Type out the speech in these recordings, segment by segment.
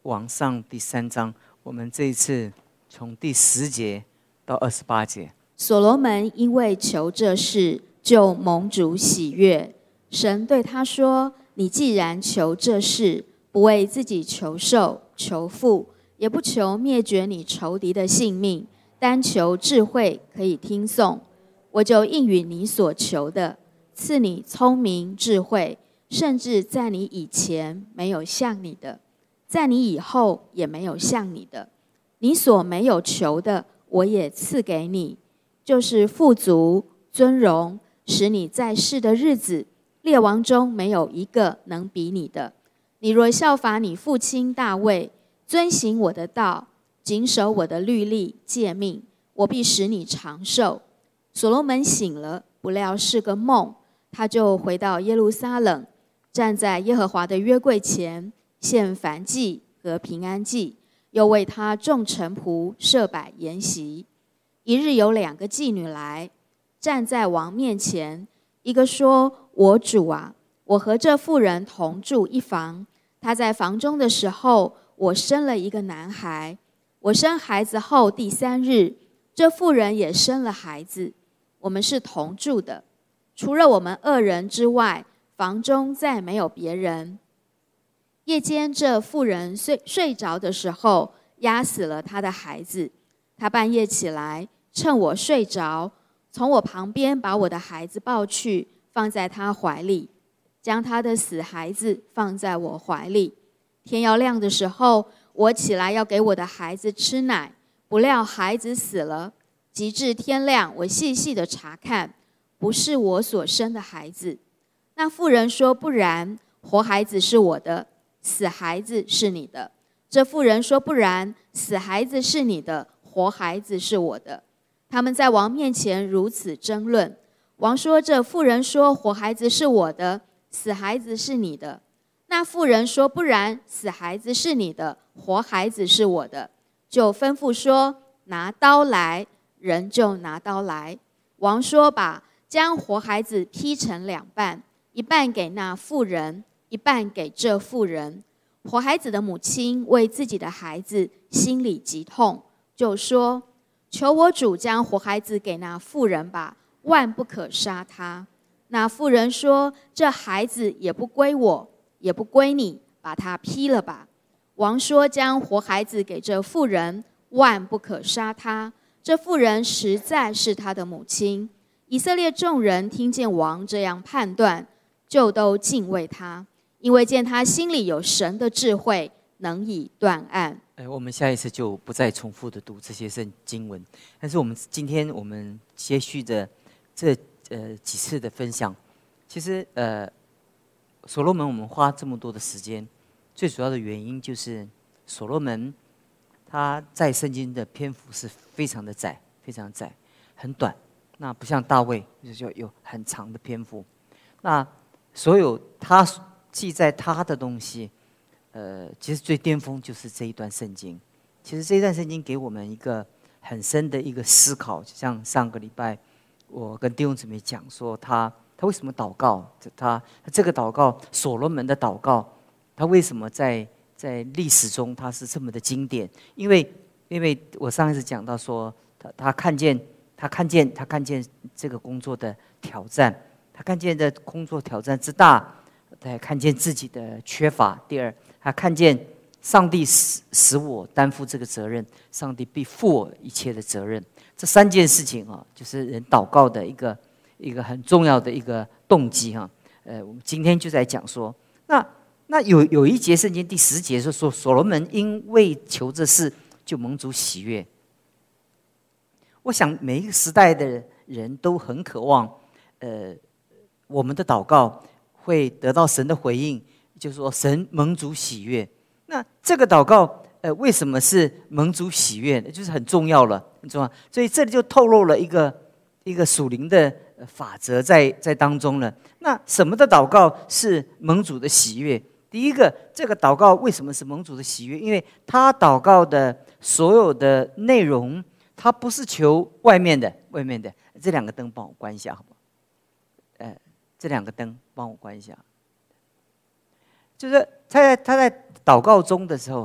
王上第3章，我们这一次从第10节到28节。 所罗门因为求这事，就蒙主喜悦。神对他说：“你既然求这事，不为自己求寿、求富，也不求灭绝你仇敌的性命，单求智慧可以听颂，我就应允你所求的，赐你聪明智慧，甚至在你以前没有像你的，在你以后也没有像你的。你所没有求的，我也赐给你，就是富足、尊荣，使你在世的日子，列王中没有一个能比你的。你若效法你父亲大卫，遵行我的道，谨守我的律例诫命，我必使你长寿。”所罗门醒了，不料是个梦，他就回到耶路撒冷，站在耶和华的约柜前，献燔祭和平安祭，又为他众臣仆设摆筵席。一日有2个妓女来，站在王面前，一个说：“我主啊，我和这妇人同住一房，她在房中的时候，我生了一个男孩。我生孩子后第3日，这妇人也生了孩子。我们是同住的，除了我们2人之外，房中再没有别人。夜间这妇人睡着的时候，压死了她的孩子。她半夜起来，趁我睡着，从我旁边把我的孩子抱去，放在她怀里，将她的死孩子放在我怀里。天要亮的时候，我起来要给我的孩子吃奶，不料孩子死了。及至天亮，我细细的查看，不是我所生的孩子。那妇人说：“不然，活孩子是我的，死孩子是你的。”这妇人说：“不然，死孩子是你的，活孩子是我的。”他们在王面前如此争论。王说：“这妇人说，活孩子是我的，死孩子是你的。”那妇人说：“不然，死孩子是你的，活孩子是我的。”就吩咐说：“拿刀来。”人就拿刀来。王说：“将活孩子劈成2半，一半给那妇人，一半给这妇人。”活孩子的母亲为自己的孩子心里极痛，就说：“求我主将活孩子给那妇人吧，万不可杀他。”那妇人说：“这孩子也不归我，也不归你，把他劈了吧。”王说：“将活孩子给这妇人，万不可杀他。”这妇人实在是他的母亲。以色列众人听见王这样判断，就都敬畏他，因为见他心里有神的智慧，能以断案。 我们下一次就不再重复的读这些经文，但是今天我们接续着这几次的分享，其实所罗门我们花这么多的时间，最主要的原因就是所罗门他在圣经的篇幅是非常的窄，非常窄，很短。那不像大卫，就有很长的篇幅。那所有他记载他的东西，其实最巅峰就是这一段圣经。其实这一段圣经给我们一个很深的一个思考，就像上个礼拜我跟弟兄姊妹讲说，他为什么祷告？他这个祷告，所罗门的祷告，他为什么在历史中他是这么的经典？因为我上一次讲到说，他看见这个工作的挑战，他看见这工作挑战之大，他也看见自己的缺乏。第二，他看见上帝使我担负这个责任，上帝必负我一切的责任。这3件事情啊，就是人祷告的一个很重要的一个动机哈。我们今天就在讲说，那有一节圣经第10节说，所罗门因为求这事，就蒙主喜悦。我想每一个时代的人都很渴望，我们的祷告会得到神的回应，就是说神蒙主喜悦。那这个祷告，为什么是蒙主喜悦呢？就是很重要了，很重要。所以这里就透露了一个属灵的法则在当中了。那什么的祷告是蒙主的喜悦？第一个，这个祷告为什么是蒙主的喜悦？因为他祷告的所有的内容，他不是求外面的。这2个灯帮我关一下，好不好？这2个灯帮我关一下。就是他在祷告中的时候啊，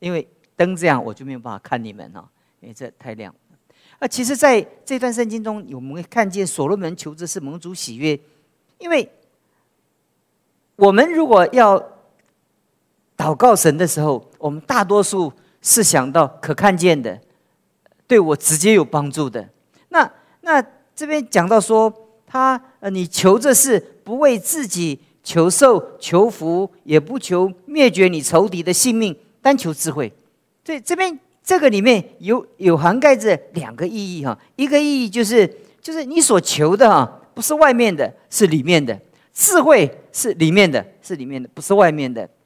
因为灯这样我就没有办法看你们哈，因为这太亮。其实在这段圣经中，我们会看见所罗门求的是蒙主喜悦，因为我们如果要祷告神的时候，我们大多数是想到可看见的，对我直接有帮助的。那这边讲到说，你求这事，不为自己求寿求福，也不求灭绝你仇敌的性命，单求智慧。所以这个里面有涵盖着2个意义哈，一个意义就是你所求的哈，不是外面的，是里面的。智慧是里面的，不是外面的。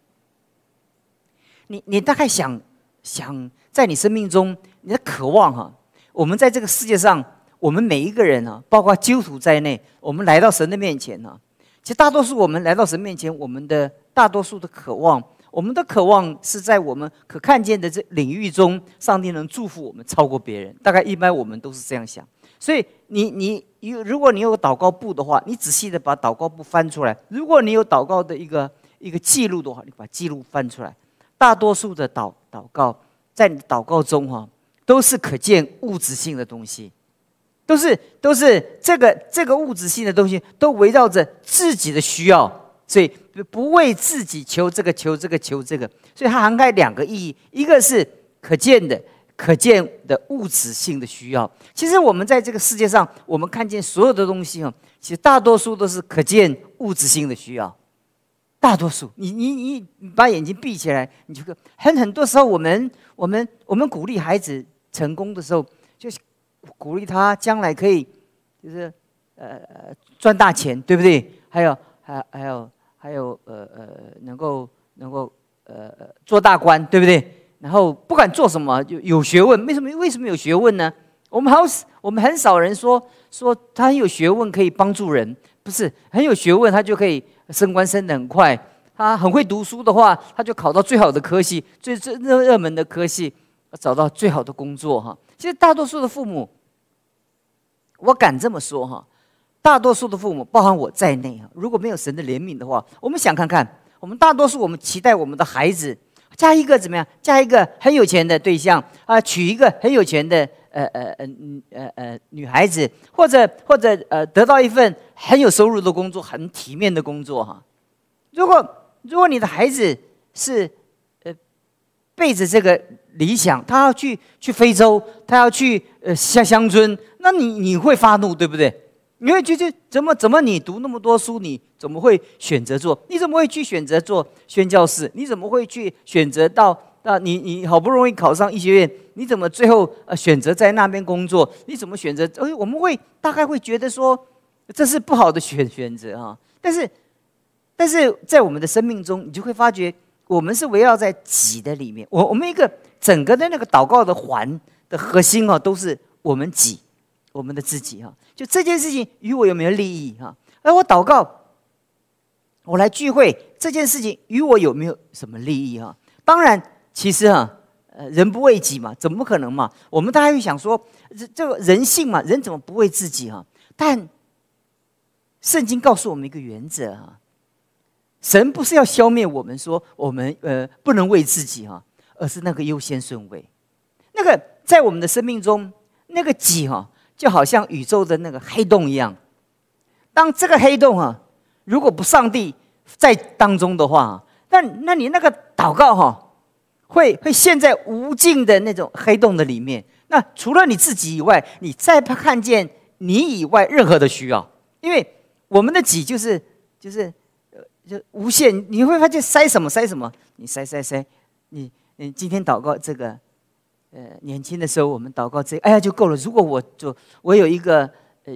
你大概想在你生命中，你的渴望哈，我们在这个世界上，我们每一个人啊，包括基督徒在内，我们来到神的面前呢，其实大多数我们来到神面前，我们的大多数的渴望，我们的渴望是在我们可看见的这领域中，上帝能祝福我们超过别人。大概一般我们都是这样想。所以如果你有祷告簿的话，你仔细的把祷告簿翻出来。如果你有祷告的一个记录的话，你把记录翻出来。大多数的祷告，在你的祷告中哈，都是可见物质性的东西，都是这个物质性的东西，都围绕着自己的需要，所以不为自己求这个求这个求这个，所以它涵盖2个意义，一个是可见的物质性的需要。其实我们在这个世界上，我们看见所有的东西其实大多数都是可见物质性的需要。大多数，你把眼睛闭起来，你就很多时候，我们鼓励孩子成功的时候，就鼓励他将来可以就是赚大钱，对不对？还有能够做大官，对不对？然后不管做什么就有学问。为什么有学问呢？我们很少人说他很有学问可以帮助人，不是很有学问他就可以升官升得很快。他很会读书的话，他就考到最好的科系，最热门的科系，找到最好的工作哈。其实大多数的父母，我敢这么说哈，大多数的父母，包含我在内哈，如果没有神的怜悯的话，我们想看看，我们大多数我们期待我们的孩子嫁一个怎么样？嫁一个很有钱的对象啊，娶一个很有钱的女孩子，或者得到一份很有收入的工作，很体面的工作哈。如果你的孩子是背着这个理想，他要去非洲，他要去乡村，那你会发怒，对不对？你会觉得怎么你读那么多书，你怎么会选择做？你怎么会去选择做宣教士？你怎么会去选择到你好不容易考上医学院，你怎么最后选择在那边工作？你怎么选择？我们大概会觉得说这是不好的选择啊。但是在我们的生命中，你就会发觉，我们是围绕在己的里面。我们一个整个的那个祷告的环的核心都是我们己，我们的自己哈。就这件事情与我有没有利益哈？而我祷告，我来聚会，这件事情与我有没有什么利益哈？当然，其实人不为己嘛，怎么可能嘛？我们大家会想说，这个人性嘛，人怎么不为自己哈？但圣经告诉我们一个原则哈。神不是要消灭我们，说我们不能为自己哈，而是那个优先顺位。那个在我们的生命中，那个己就好像宇宙的那个黑洞一样。当这个黑洞如果不上帝在当中的话，那你那个祷告会陷在无尽的那种黑洞的里面。那除了你自己以外，你再不看见你以外任何的需要，因为我们的己就是无限，你会发现塞什么，你塞，你今天祷告这个，年轻的时候我们祷告这个，哎呀就够了。如果我有一个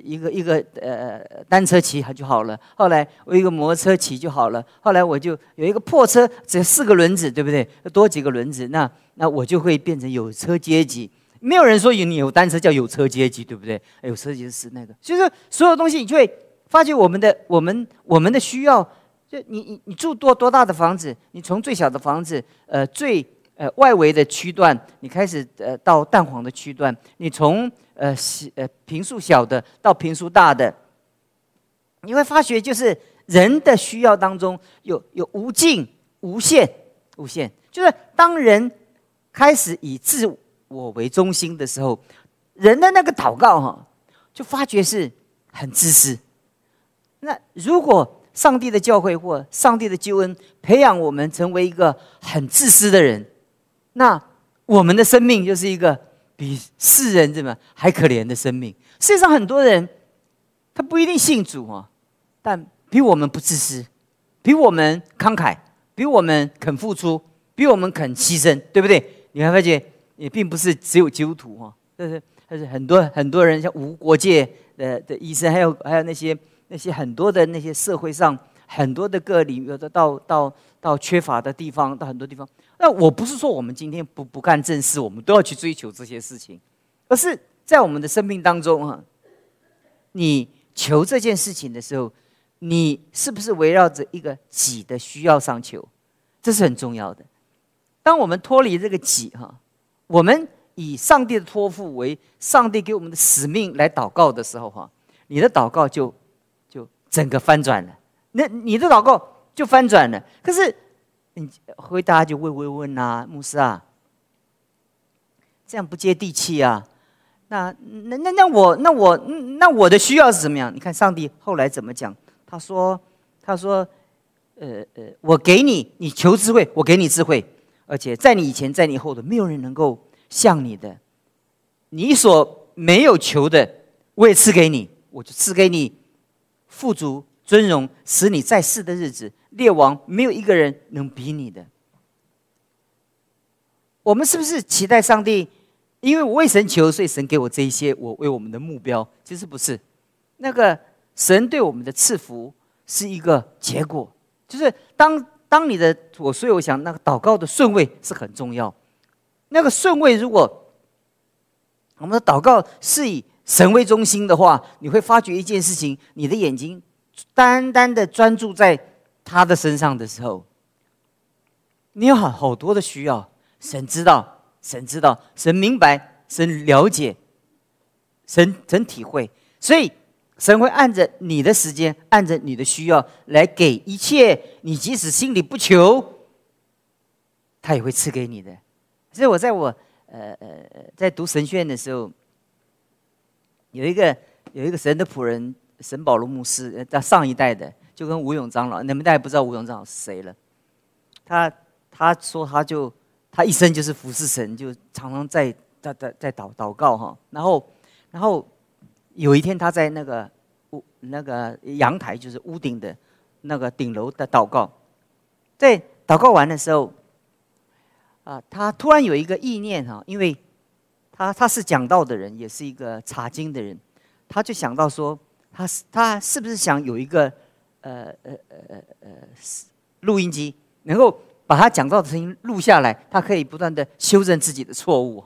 单车骑就好了，后来我有一个摩托车骑就好了，后来我就有一个破车，只有4个轮子，对不对？多几个轮子，那我就会变成有车阶级。没有人说你有单车叫有车阶级，对不对？有车阶级是那个，所以说所有东西你就会发觉我们的需要。就你住多大的房子？你从最小的房子，最外围的区段，你开始到蛋黄的区段，你从坪数小的到坪数大的，你会发觉就是人的需要当中有无尽、无限，就是当人开始以自我为中心的时候，人的那个祷告就发觉是很自私。那如果上帝的教会或上帝的救恩培养我们成为一个很自私的人，那我们的生命就是一个比世人怎么还可怜的生命。世界上很多人他不一定信主但比我们不自私，比我们慷慨，比我们肯付出，比我们肯牺牲，对不对？你会发觉也并不是只有基督徒但是很多人，像无国界的医生，还有那些很多的那些社会上很多的个例，有的到缺乏的地方，到很多地方。那我不是说我们今天不干正事，我们都要去追求这些事情，而是在我们的生命当中你求这件事情的时候，你是不是围绕着一个己的需要上求？这是很重要的。当我们脱离这个己我们以上帝的托付为上帝给我们的使命来祷告的时候你的祷告就整个翻转了。你的祷告就翻转了。可是你回答就问牧师这样不接地气那我的需要是怎么样？你看上帝后来怎么讲？他说我给你求智慧，我给你智慧，而且在你以前在你后的没有人能够像你的，你所没有求的我也赐给你，我就赐给你富足尊荣，使你在世的日子列王没有一个人能比你的。我们是不是期待上帝因为我为神求，所以神给我这一些，我为我们的目标？其实不是，那个神对我们的赐福是一个结果，就是当你的所以我想那个祷告的顺位是很重要。那个顺位，如果我们的祷告是以神为中心的话，你会发觉一件事情：你的眼睛单单的专注在他的身上的时候，你有好多的需要，神知道。神明白，神了解，神体会，所以神会按着你的时间，按着你的需要来给一切。你即使心里不求，他也会赐给你的。所以我在读神学院的时候，有一个神的仆人沈保罗牧师，上一代的，就跟吴永长老，你们大概不知道吴永长老是谁了。他说他一生就是服侍神，就常常在祷告然后有一天他在那个阳台，就是屋顶的那个顶楼的祷告，在祷告完的时候他突然有一个意念因为他是讲道的人，也是一个查经的人，他就想到说他是不是想有一个录音机，能够把他讲道的声音录下来，他可以不断的修正自己的错误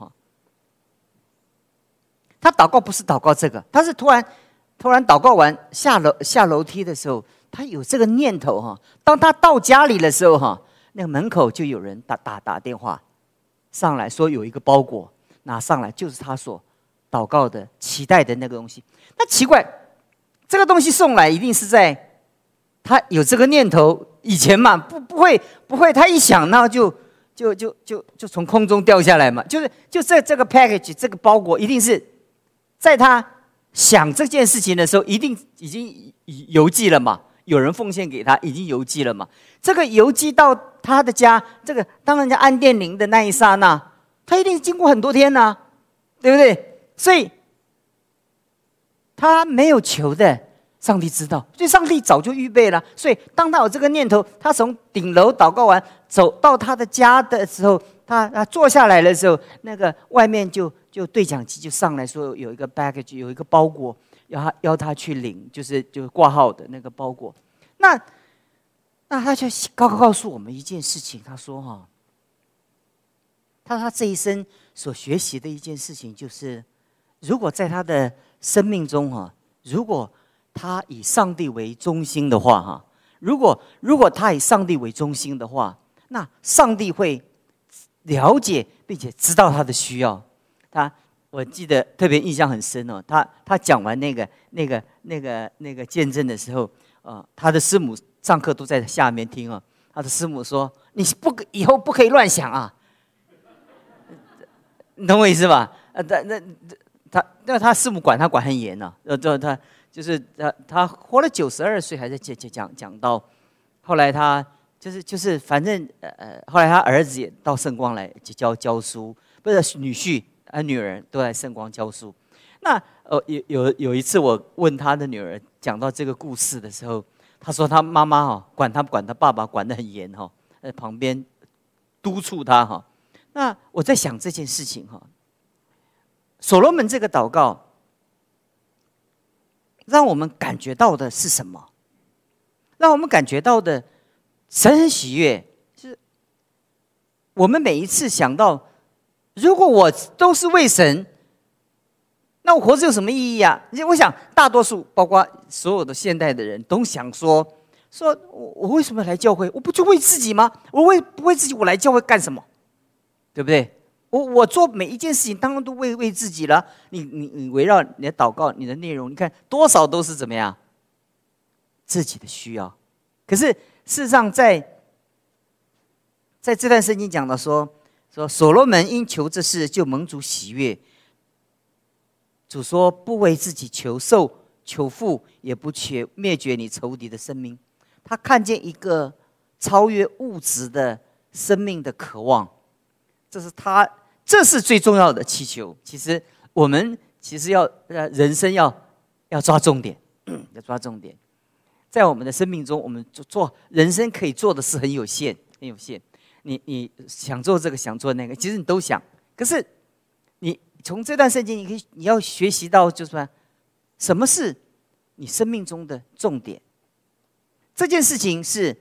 他祷告不是祷告这个，他是突然祷告完下楼梯的时候，他有这个念头当他到家里的时候那个门口就有人打电话上来说有一个包裹拿上来，就是他所祷告的期待的那个东西。那奇怪，这个东西送来一定是在他有这个念头以前嘛，不会，他一想那就从空中掉下来嘛，就这个 package 这个包裹一定是在他想这件事情的时候，一定已经邮寄了嘛，有人奉献给他，已经邮寄了嘛。这个邮寄到他的家，这个当人家按电铃的那一刹那，他一定经过很多天对不对？所以他没有求的，上帝知道，所以上帝早就预备了。所以当他有这个念头，他从顶楼祷告完走到他的家的时候，他坐下来的时候，那个外面就对讲机就上来说有一个 package， 有一个包裹要他去领，就是挂号的那个包裹。那他就告诉我们一件事情，他说他这一生所学习的一件事情，就是如果在他的生命中如果他以上帝为中心的话如果他以上帝为中心的话，那上帝会了解并且知道他的需要。我记得特别印象很深他讲完那个见证的时候他的师母上课都在下面听他的师母说：“你以后不可以乱想你懂我意思吧？他师母管他管很严呢、他就是他活了92岁，还在讲到，后来他就是反正后来他儿子也到圣光来教书，不是女婿女儿都来圣光教书。那有一次我问他的女儿讲到这个故事的时候，他说他妈妈管他爸爸管得很严在旁边督促他那我在想这件事情所罗门这个祷告，让我们感觉到的是什么？让我们感觉到的神很喜悦，就是我们每一次想到，如果我都是为神，那我活着有什么意义啊？我想大多数，包括所有的现代的人都想说我为什么来教会？我不就为自己吗？我不为自己，我来教会干什么？对不对？我做每一件事情，当然都为自己了。你围绕你的祷告，你的内容，你看多少都是怎么样？自己的需要。可是事实上在这段圣经讲到说所罗门因求这事就蒙主喜悦。主说不为自己求寿求富，也不灭绝你仇敌的生命。他看见一个超越物质的生命的渴望，这是最重要的祈求。其实我们人生要抓重点，要抓重点。在我们的生命中，我们做人生可以做的事很有限，很有限。你想做这个，想做那个，其实你都想。可是你从这段圣经，你要学习到，就是说，什么是你生命中的重点？这件事情是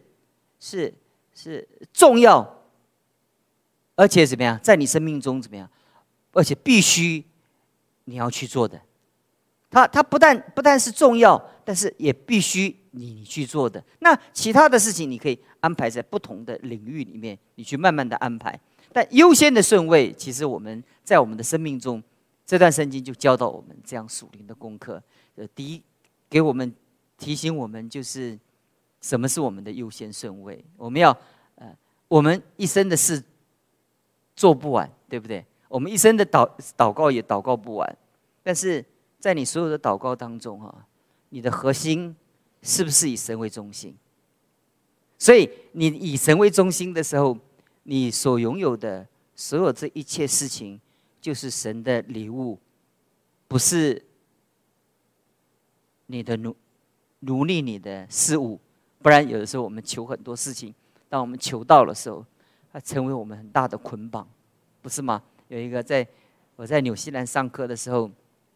重要，而且怎么样，在你生命中怎么样，而且必须你要去做的。它不但是重要，但是也必须你去做的。那其他的事情你可以安排在不同的领域里面，你去慢慢的安排。但优先的顺位，其实我们在我们的生命中，这段圣经就教导我们这样属灵的功课。第一，给我们提醒我们，就是什么是我们的优先顺位。我们要我们一生的事做不完，对不对？我们一生的祷告也祷告不完。但是在你所有的祷告当中你的核心是不是以神为中心？所以你以神为中心的时候，你所拥有的所有这一切事情，就是神的礼物，不是你的奴隶你的事物。不然有的时候我们求很多事情，当我们求到的时候，它成为我们很大的捆绑，不是吗？有一个我在纽西兰上课的时候，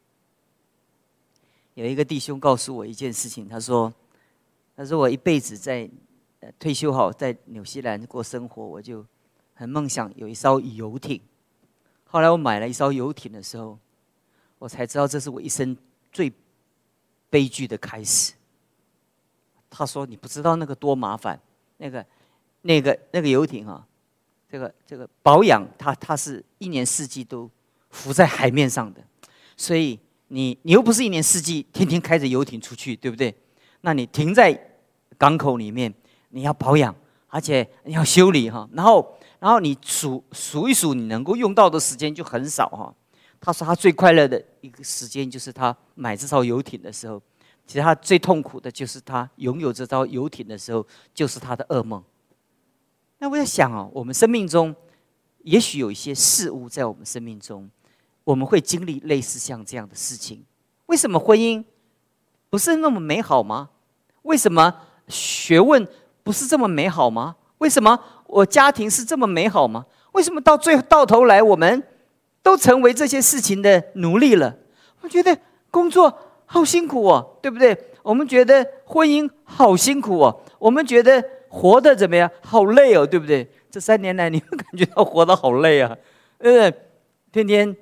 有一个弟兄告诉我一件事情，他说我一辈子在退休好在纽西兰过生活，我就很梦想有一艘游艇。后来我买了一艘游艇的时候，我才知道这是我一生最悲剧的开始。他说你不知道那个多麻烦，那个游艇这个保养它是一年四季都浮在海面上的，所以你又不是一年四季天天开着游艇出去，对不对？那你停在港口里面，你要保养，而且你要修理然后你数一数，你能够用到的时间就很少他说他最快乐的一个时间就是他买这艘游艇的时候，其实他最痛苦的就是他拥有这艘游艇的时候，就是他的噩梦。那我在想我们生命中也许有一些事物在我们生命中，我们会经历类似像这样的事情。为什么婚姻不是那么美好吗？为什么学问不是这么美好吗？为什么我家庭是这么美好吗？为什么到头来我们都成为这些事情的奴隶了？我觉得工作好辛苦对不对？我们觉得婚姻好辛苦我们觉得活得怎么样？好累对不对？这3年来，你们感觉到活得好累啊？天天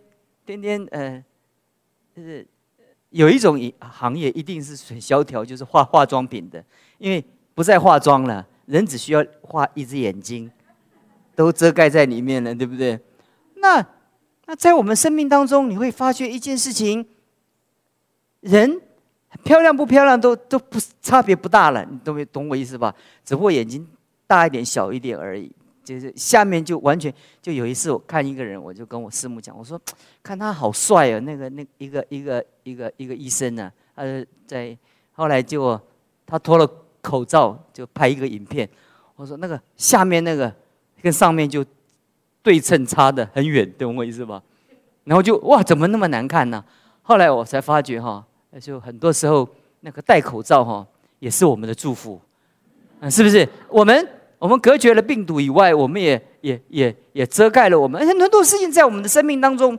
就是有一种行业一定是很萧条，就是化妆品的，因为不再化妆了，人只需要画一只眼睛，都遮盖在里面了，对不对？那在我们生命当中，你会发觉一件事情，人漂亮不漂亮都不差别不大了，你懂我意思吧？只不过眼睛大一点、小一点而已。 就是下面就完全就有一次我看一个人，我就跟我师母讲，我说看他好帅啊，那一个医生呢、在后来就他脱了口罩就拍一个影片，我说那个下面那个跟上面就对称差的很远，懂我意思吧？然后就哇，怎么那么难看呢？后来我才发觉哈，就很多时候那个戴口罩哈，也是我们的祝福，是不是？我们隔绝了病毒以外，我们也遮盖了我们很多事情在我们的生命当中。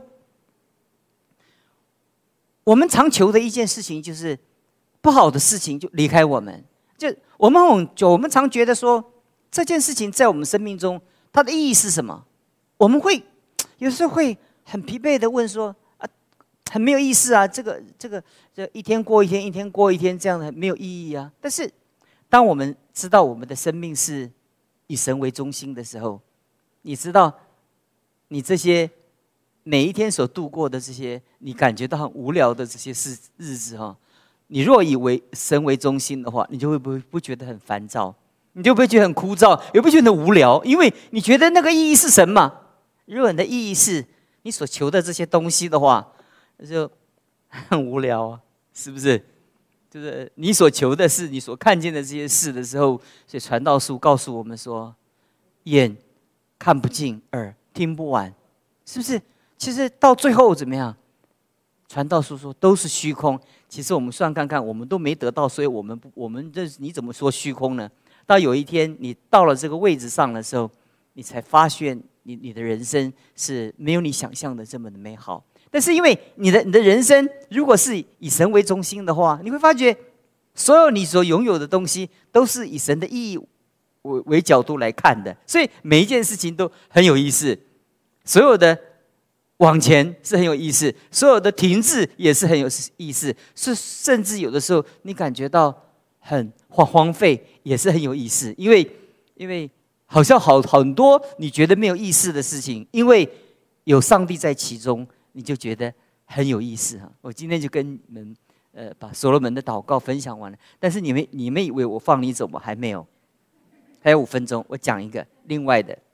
我们常求的一件事情就是不好的事情就离开我们。就我们常觉得说这件事情在我们生命中它的意义是什么？我们会有时候会很疲惫的问说啊，很没有意思啊，这一天过一天，一天过一天，这样的没有意义啊。但是当我们知道我们的生命是以神为中心的时候，你知道你这些每一天所度过的这些你感觉到很无聊的这些日子哈，你若以为神为中心的话，你就会不觉得很烦躁，你就不会觉得很枯燥，也不会觉得无聊，因为你觉得那个意义是什么？如果你的意义是你所求的这些东西的话，那就很无聊啊，是不是？就是你所求的是你所看见的这些事的时候，所以传道书告诉我们说，眼看不尽，耳听不完，是不是？其实到最后怎么样？传道书说都是虚空。其实我们算看看，我们都没得到，所以我们这你怎么说虚空呢？到有一天你到了这个位置上的时候，你才发现你的人生是没有你想象的这么的美好。但是因为你的人生如果是以神为中心的话，你会发觉所有你所拥有的东西都是以神的意义为角度来看的，所以每一件事情都很有意思，所有的往前是很有意思，所有的停滞也是很有意思，甚至有的时候你感觉到很荒废也是很有意思，因为好像很多你觉得没有意思的事情，因为有上帝在其中，你就觉得很有意思哈。我今天就跟你们把所罗门的祷告分享完了，但是你们以为我放你走吗？还没有，还有5分钟，我讲一个另外的，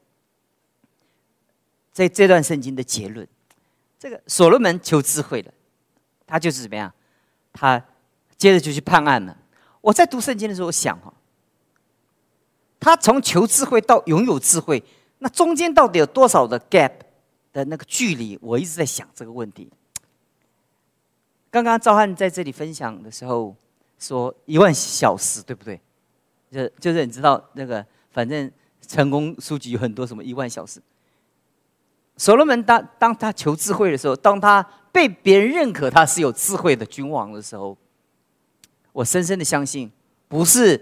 在这段圣经的结论。这个所罗门求智慧了，他就是怎么样？他接着就去判案了。我在读圣经的时候，我想哈，他从求智慧到拥有智慧，那中间到底有多少的 gap 的那个距离？我一直在想这个问题。刚刚赵汉在这里分享的时候说10000小时，对不对？就是你知道那个，反正成功书籍有很多什么10000小时。所罗门当他求智慧的时候，当他被别人认可他是有智慧的君王的时候，我深深的相信，不是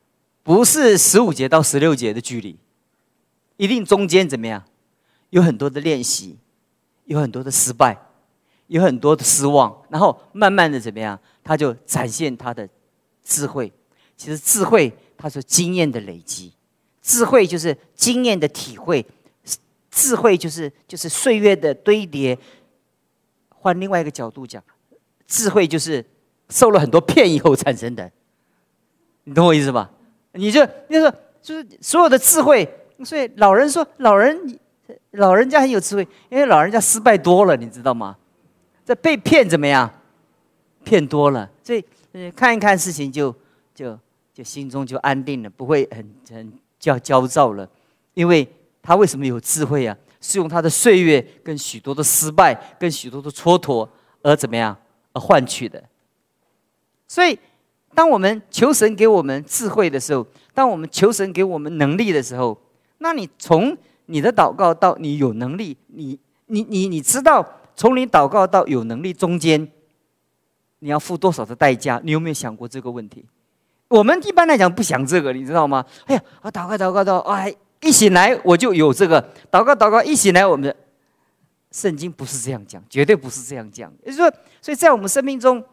15节到16节的距离，一定中间怎么样？有很多的练习，有很多的失败，有很多的失望，然后慢慢的怎么样？他就展现他的智慧。其实智慧，它是经验的累积，智慧就是经验的体会。智慧就是岁月的堆叠。换另外一个角度讲，智慧就是受了很多骗以后产生的。你懂我意思吧？就是所有的智慧。所以老人说，老人家很有智慧，因为老人家失败多了，你知道吗？这被骗怎么样？骗多了，所以看一看事情就心中就安定了，不会很焦躁了，因为他为什么有智慧啊？是用他的岁月跟许多的失败跟许多的蹉跎而怎么样而换取的。所以当我们求神给我们智慧的时候，当我们求神给我们能力的时候，那你从你的祷告到你有能力，你知道从你祷告到有能力中间你要付多少的代价？你有没有想过这个问题？我们一般来讲不想这个，你知道吗？哎呀，我祷告到哎，一醒来我就有这个，祷告一醒来，我们的圣经不是这样讲，绝对不是这样讲。也就是说，所以在我们生命中，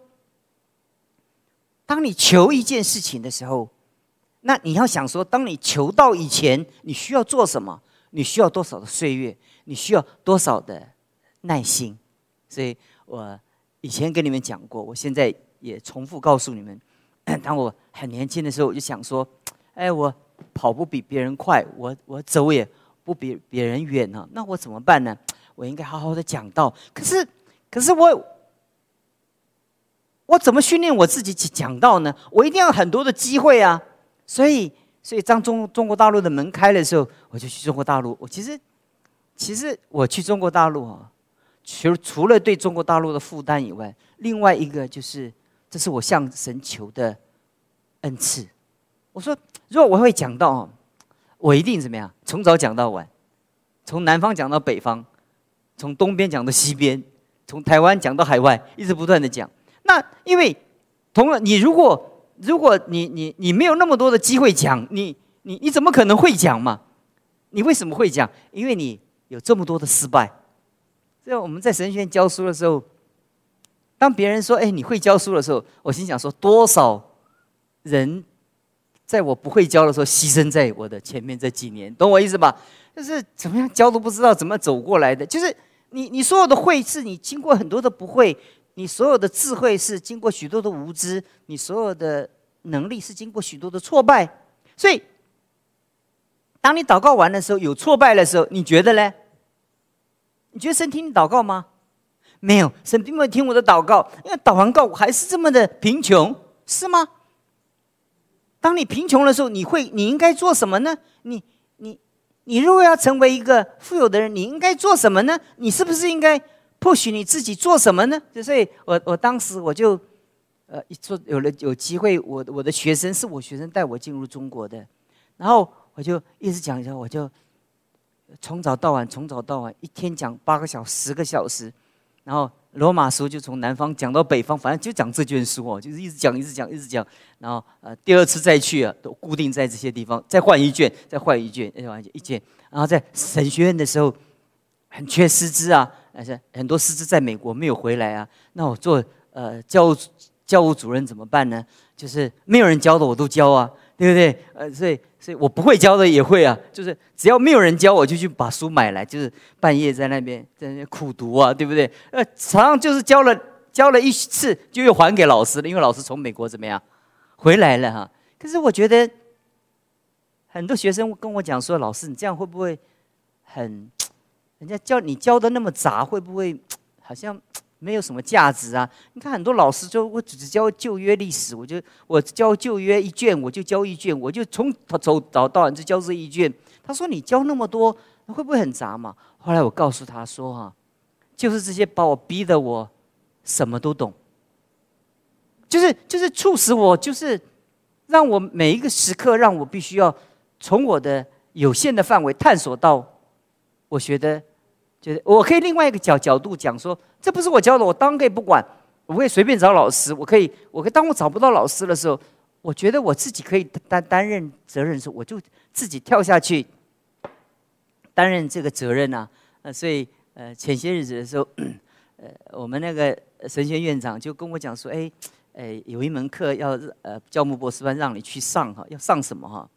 当你求一件事情的时候，那你要想说，当你求到以前，你需要做什么？你需要多少的岁月？你需要多少的耐心？所以我以前跟你们讲过，我现在也重复告诉你们。当我很年轻的时候，我就想说，哎，我跑步比别人快，我走也不比别人远啊，那我怎么办呢？我应该好好的讲道。可是我怎么训练我自己讲道呢？我一定要很多的机会啊。所以当中国大陆的门开的时候，我就去中国大陆。其实我去中国大陆啊，除了对中国大陆的负担以外，另外一个就是这是我向神求的恩赐。我说，如果我会讲道，我一定怎么样？从早讲到晚，从南方讲到北方，从东边讲到西边，从台湾讲到海外，一直不断的讲。那因为你如果你没有那么多的机会讲，你怎么可能会讲嘛？你为什么会讲？因为你有这么多的失败。所以我们在神学院教书的时候，当别人说“哎，你会教书”的时候，我心想说：多少人在我不会教的时候牺牲在我的前面这几年，懂我意思吧？就是怎么样教都不知道怎么走过来的。就是你所有的会是你经过很多的不会。你所有的智慧是经过许多的无知，你所有的能力是经过许多的挫败。所以，当你祷告完的时候，有挫败的时候，你觉得呢？你觉得神听你祷告吗？没有，神并没有听我的祷告，因为祷完告我还是这么的贫穷，是吗？当你贫穷的时候，你应该做什么呢？你如果要成为一个富有的人，你应该做什么呢？你是不是应该push你自己做什么呢？所以我当时我就有机会，我的学生是我学生带我进入中国的，然后我就一直讲，我就从早到晚，一天讲8个小时、10个小时，然后罗马书就从南方讲到北方，反正就讲这卷书哦，就是一直讲，然后第2次再去啊，都固定在这些地方，再换一卷，一卷，然后在神学院的时候很缺师资啊。很多师资在美国没有回来啊，那我做教务主任怎么办呢？就是没有人教的我都教啊，对不对？所以我不会教的也会啊，就是只要没有人教，我就去把书买来，就是半夜在那边苦读啊，对不对？常常就是教了一次就又还给老师了，因为老师从美国怎么样回来了哈。可是我觉得很多学生跟我讲说，老师你这样会不会人家你教的那么杂，会不会好像没有什么价值啊？你看很多老师就我只教旧约历史，我教旧约一卷，我就教一卷，我就从早到晚就教这一卷。他说你教那么多，会不会很杂嘛？后来我告诉他说就是这些把我逼得我什么都懂，就是促使我，就是让我每一个时刻让我必须要从我的有限的范围探索到我觉得我可以另外一个角度讲说，这不是我教的，我当然可以不管，我可以随便找老师，我可以当我找不到老师的时候，我觉得我自己可以担任责任的时候，我就自己跳下去担任这个责任啊。所以前些日子的时候，我们那个神学院长就跟我讲说，有一门课要教牧博士班让你去上哈，要上什么哈？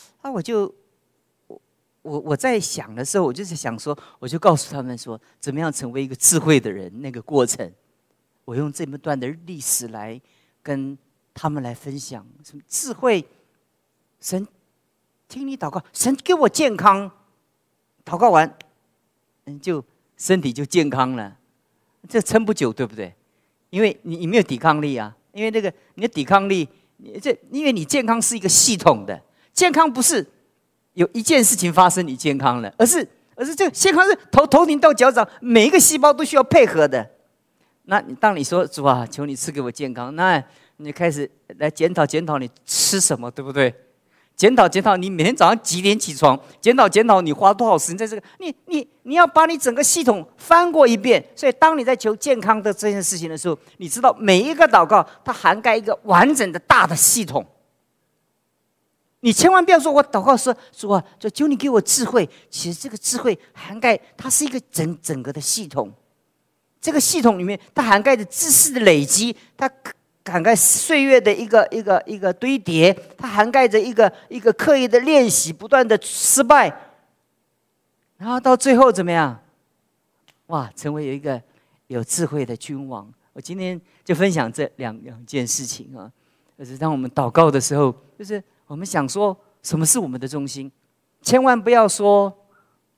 我在想的时候，我就是想说，我就告诉他们说，怎么样成为一个智慧的人，那个过程，我用这么段的历史来跟他们来分享什么智慧。神听你祷告，神给我健康，祷告完，就身体就健康了，这撑不久，对不对？因为你没有抵抗力啊，因为你的抵抗力，因为你健康是一个系统的，健康不是有一件事情发生你健康了，而是这个健康是头顶到脚掌，每一个细胞都需要配合的。那当你说主啊，求你赐给我健康，那你开始来检讨你吃什么，对不对？检讨你每天早上几点起床，检讨你花多少时间在这个，你要把你整个系统翻过一遍。所以当你在求健康的这件事情的时候，你知道每一个祷告它涵盖一个完整的大的系统。你千万不要说我祷告说主啊，就求你给我智慧。其实这个智慧涵盖它是一个整个的系统，这个系统里面它涵盖着知识的累积，它涵盖岁月的一个堆叠，它涵盖着一个刻意的练习，不断的失败，然后到最后怎么样？哇，成为一个有智慧的君王。我今天就分享这两件事情啊，就是当我们祷告的时候，就是我们想说什么是我们的中心，千万不要说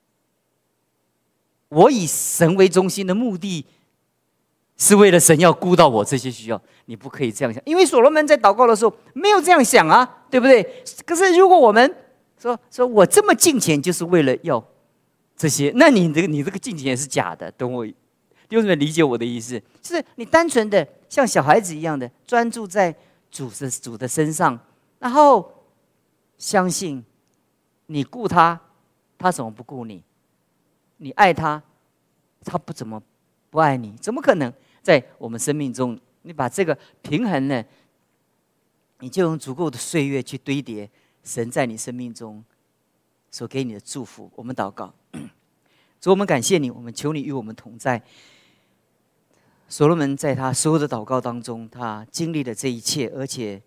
我以神为中心的目的，是为了神要顾到我这些需要。你不可以这样想，因为所罗门在祷告的时候没有这样想啊，对不对？可是如果我们说我这么敬虔就是为了要这些，那你这个敬虔也是假的，懂我？弟兄姊妹理解我的意思？就是你单纯的像小孩子一样的专注在主的身上，然后相信你顾他，他怎么不顾你？你爱他，他怎么不爱你？怎么可能？在我们生命中，你把这个平衡呢，你就用足够的岁月去堆叠神在你生命中所给你的祝福。我们祷告，主，我们感谢你，我们求你与我们同在。所罗门在他所有的祷告当中，他经历了这一切，而且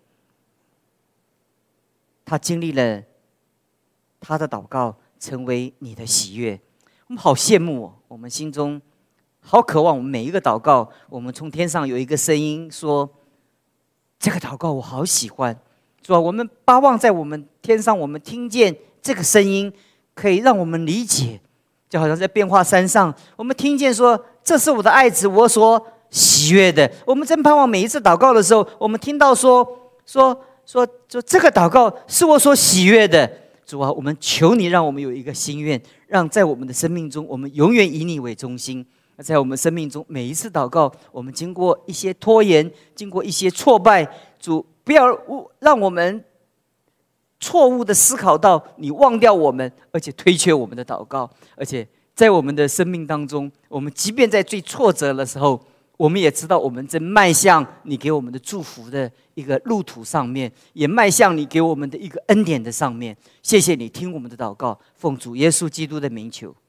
他经历了他的祷告成为你的喜悦。我们好羡慕哦，我们心中好渴望，我们每一个祷告，我们从天上有一个声音说：“这个祷告我好喜欢。”主啊，我们巴望在我们天上，我们听见这个声音，可以让我们理解，就好像在变化山上，我们听见说：“这是我的爱子，我所喜悦的。”我们真盼望每一次祷告的时候，我们听到说这个祷告是我所喜悦的。主啊，我们求你让我们有一个心愿，让在我们的生命中，我们永远以你为中心。在我们生命中每一次祷告，我们经过一些拖延，经过一些挫败，主不要让我们错误的思考到你忘掉我们，而且推却我们的祷告。而且在我们的生命当中，我们即便在最挫折的时候，我们也知道我们正迈向你给我们的祝福的一个路途上面，也迈向你给我们的一个恩典的上面。谢谢你听我们的祷告，奉主耶稣基督的名求。